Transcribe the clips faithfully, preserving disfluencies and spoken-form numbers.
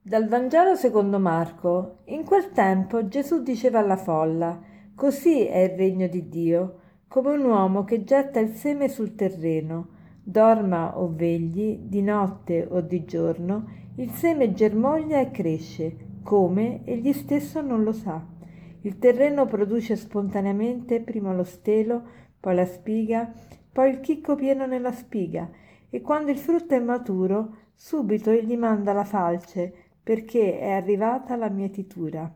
Dal Vangelo secondo Marco. In quel tempo Gesù diceva alla folla: Così è il regno di Dio, come un uomo che getta il seme sul terreno. Dorma o vegli, di notte o di giorno, il seme germoglia e cresce, come egli stesso non lo sa. Il terreno produce spontaneamente prima lo stelo, poi la spiga, poi il chicco pieno nella spiga, e quando il frutto è maturo, subito egli manda la falce, perché è arrivata la mietitura.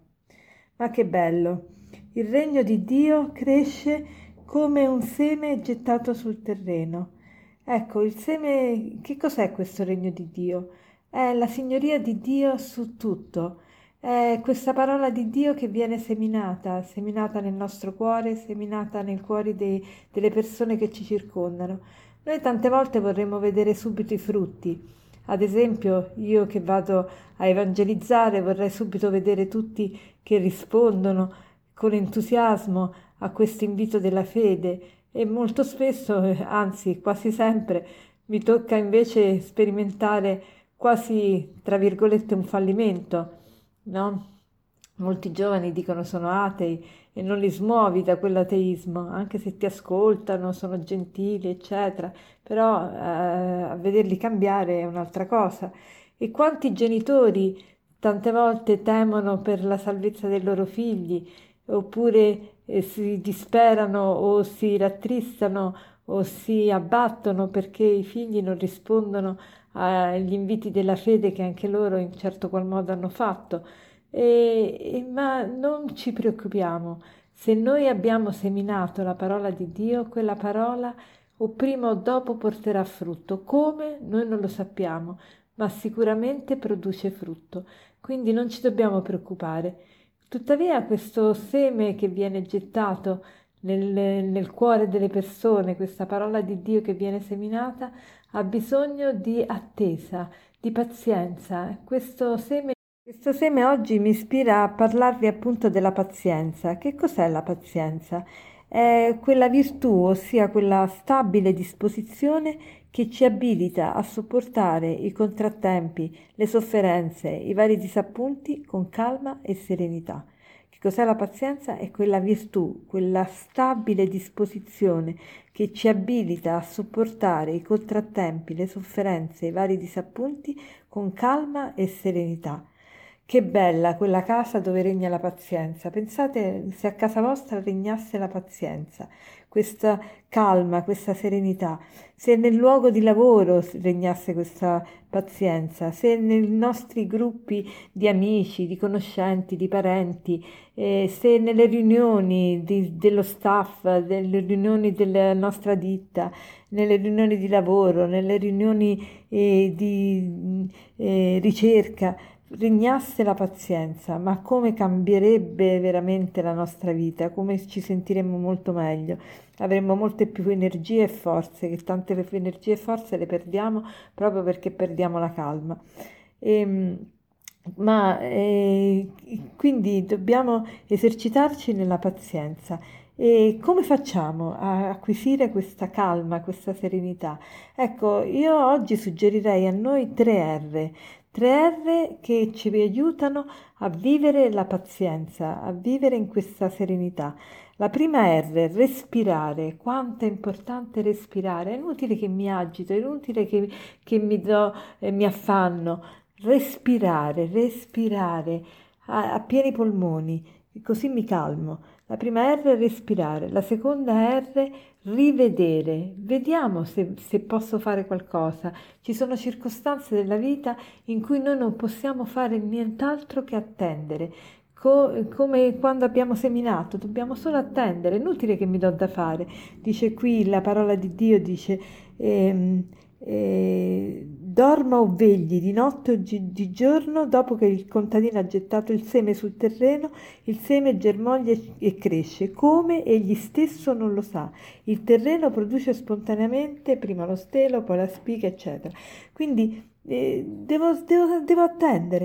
Ma che bello! Il regno di Dio cresce come un seme gettato sul terreno. Ecco, il seme, che cos'è questo regno di Dio? È la signoria di Dio su tutto. È questa parola di Dio che viene seminata, seminata nel nostro cuore, seminata nei cuori dei- delle persone che ci circondano. Noi tante volte vorremmo vedere subito i frutti. Ad esempio, io che vado a evangelizzare vorrei subito vedere tutti che rispondono con entusiasmo a questo invito della fede e molto spesso, eh, anzi quasi sempre, mi tocca invece sperimentare quasi, tra virgolette, un fallimento, no? Molti giovani dicono sono atei e non li smuovi da quell'ateismo, anche se ti ascoltano, sono gentili, eccetera, però eh, a vederli cambiare è un'altra cosa. E quanti genitori tante volte temono per la salvezza dei loro figli, oppure eh, si disperano o si rattristano o si abbattono perché i figli non rispondono agli inviti della fede che anche loro in certo qual modo hanno fatto. E- e- ma non ci preoccupiamo, se noi abbiamo seminato la parola di Dio, quella parola o prima o dopo porterà frutto. Come? Noi non lo sappiamo, ma sicuramente produce frutto. Quindi non ci dobbiamo preoccupare. Tuttavia questo seme che viene gettato nel, nel cuore delle persone, questa parola di Dio che viene seminata, ha bisogno di attesa, di pazienza. Questo seme questo seme oggi mi ispira a parlarvi appunto della pazienza. Che cos'è la pazienza? È quella virtù, ossia quella stabile disposizione che ci abilita a sopportare i contrattempi, le sofferenze, i vari disappunti con calma e serenità. Che cos'è la pazienza? È quella virtù, quella stabile disposizione che ci abilita a sopportare i contrattempi, le sofferenze, i vari disappunti con calma e serenità. Che bella quella casa dove regna la pazienza. Pensate se a casa vostra regnasse la pazienza, questa calma, questa serenità, se nel luogo di lavoro regnasse questa pazienza, se nei nostri gruppi di amici, di conoscenti, di parenti, eh, se nelle riunioni di- dello staff, nelle riunioni della nostra ditta, nelle riunioni di lavoro, nelle riunioni eh, di eh, ricerca, regnasse la pazienza, ma come cambierebbe veramente la nostra vita, come ci sentiremmo molto meglio, avremmo molte più energie e forze, che tante le- energie e forze le perdiamo proprio perché perdiamo la calma. Ehm, ma eh, quindi dobbiamo esercitarci nella pazienza. E come facciamo a acquisire questa calma, questa serenità? Ecco, io oggi suggerirei a noi tre R, tre R che ci aiutano a vivere la pazienza, a vivere in questa serenità. La prima R, respirare. Quanto è importante respirare. È inutile che mi agito, è inutile che, che mi do, eh, mi affanno. Respirare, respirare a, a pieni polmoni, così mi calmo. La prima R è respirare, la seconda R rivedere. Vediamo se, se posso fare qualcosa. Ci sono circostanze della vita in cui noi non possiamo fare nient'altro che attendere. Co- come quando abbiamo seminato, dobbiamo solo attendere, è inutile che mi do da fare. Dice qui la parola di Dio, dice ehm, eh, dorma o vegli di notte o gi- di giorno, dopo che il contadino ha gettato il seme sul terreno, il seme germoglia e e cresce, come egli stesso non lo sa. Il terreno produce spontaneamente prima lo stelo, poi la spiga, eccetera. Quindi eh, devo, devo- devo attendere.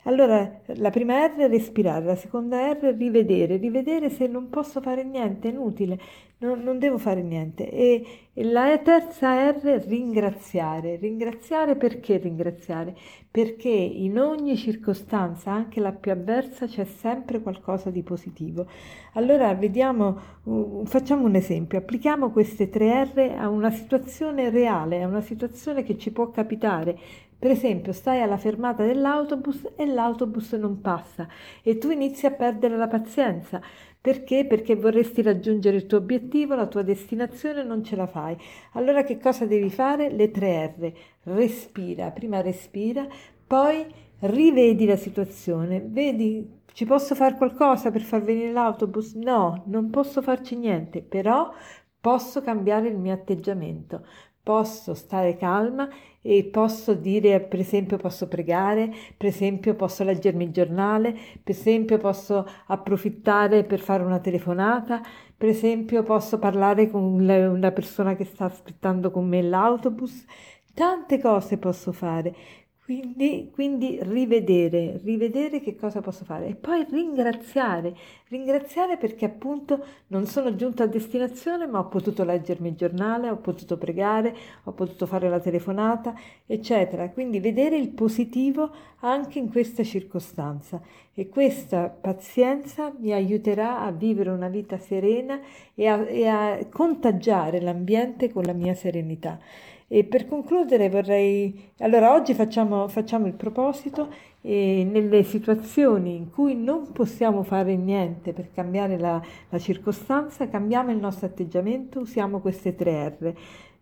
Allora, la prima R è respirare, la seconda R è rivedere, rivedere se non posso fare niente, è inutile, non, non devo fare niente. E, e la terza R è ringraziare, ringraziare perché ringraziare? Perché in ogni circostanza, anche la più avversa, c'è sempre qualcosa di positivo. Allora, vediamo, uh, facciamo un esempio, applichiamo queste tre R a una situazione reale, a una situazione che ci può capitare. Per esempio, stai alla fermata dell'autobus e l'autobus non passa e tu inizi a perdere la pazienza. Perché? Perché vorresti raggiungere il tuo obiettivo, la tua destinazione, e non ce la fai. Allora che cosa devi fare? Le tre R. Respira, prima respira, poi rivedi la situazione. Vedi, ci posso fare qualcosa per far venire l'autobus? No, non posso farci niente, però posso cambiare il mio atteggiamento. Posso stare calma e posso dire, per esempio, posso pregare, per esempio, posso leggermi il giornale, per esempio, posso approfittare per fare una telefonata, per esempio, posso parlare con la- una persona che sta aspettando con me l'autobus. Tante cose posso fare. Quindi, quindi rivedere, rivedere che cosa posso fare e poi ringraziare, ringraziare perché appunto non sono giunta a destinazione, ma ho potuto leggermi il giornale, ho potuto pregare, ho potuto fare la telefonata, eccetera. Quindi vedere il positivo anche in questa circostanza e questa pazienza mi aiuterà a vivere una vita serena e a, e a contagiare l'ambiente con la mia serenità. E per concludere vorrei, allora oggi facciamo, facciamo il proposito e nelle situazioni in cui non possiamo fare niente per cambiare la, la circostanza, cambiamo il nostro atteggiamento, usiamo queste tre R.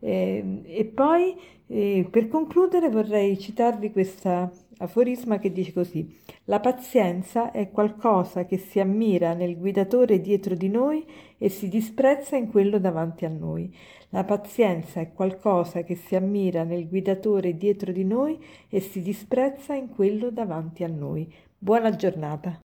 Eh, e poi eh, per concludere vorrei citarvi questa aforisma che dice così: la pazienza è qualcosa che si ammira nel guidatore dietro di noi e si disprezza in quello davanti a noi. La pazienza è qualcosa che si ammira nel guidatore dietro di noi e si disprezza in quello davanti a noi. Buona giornata.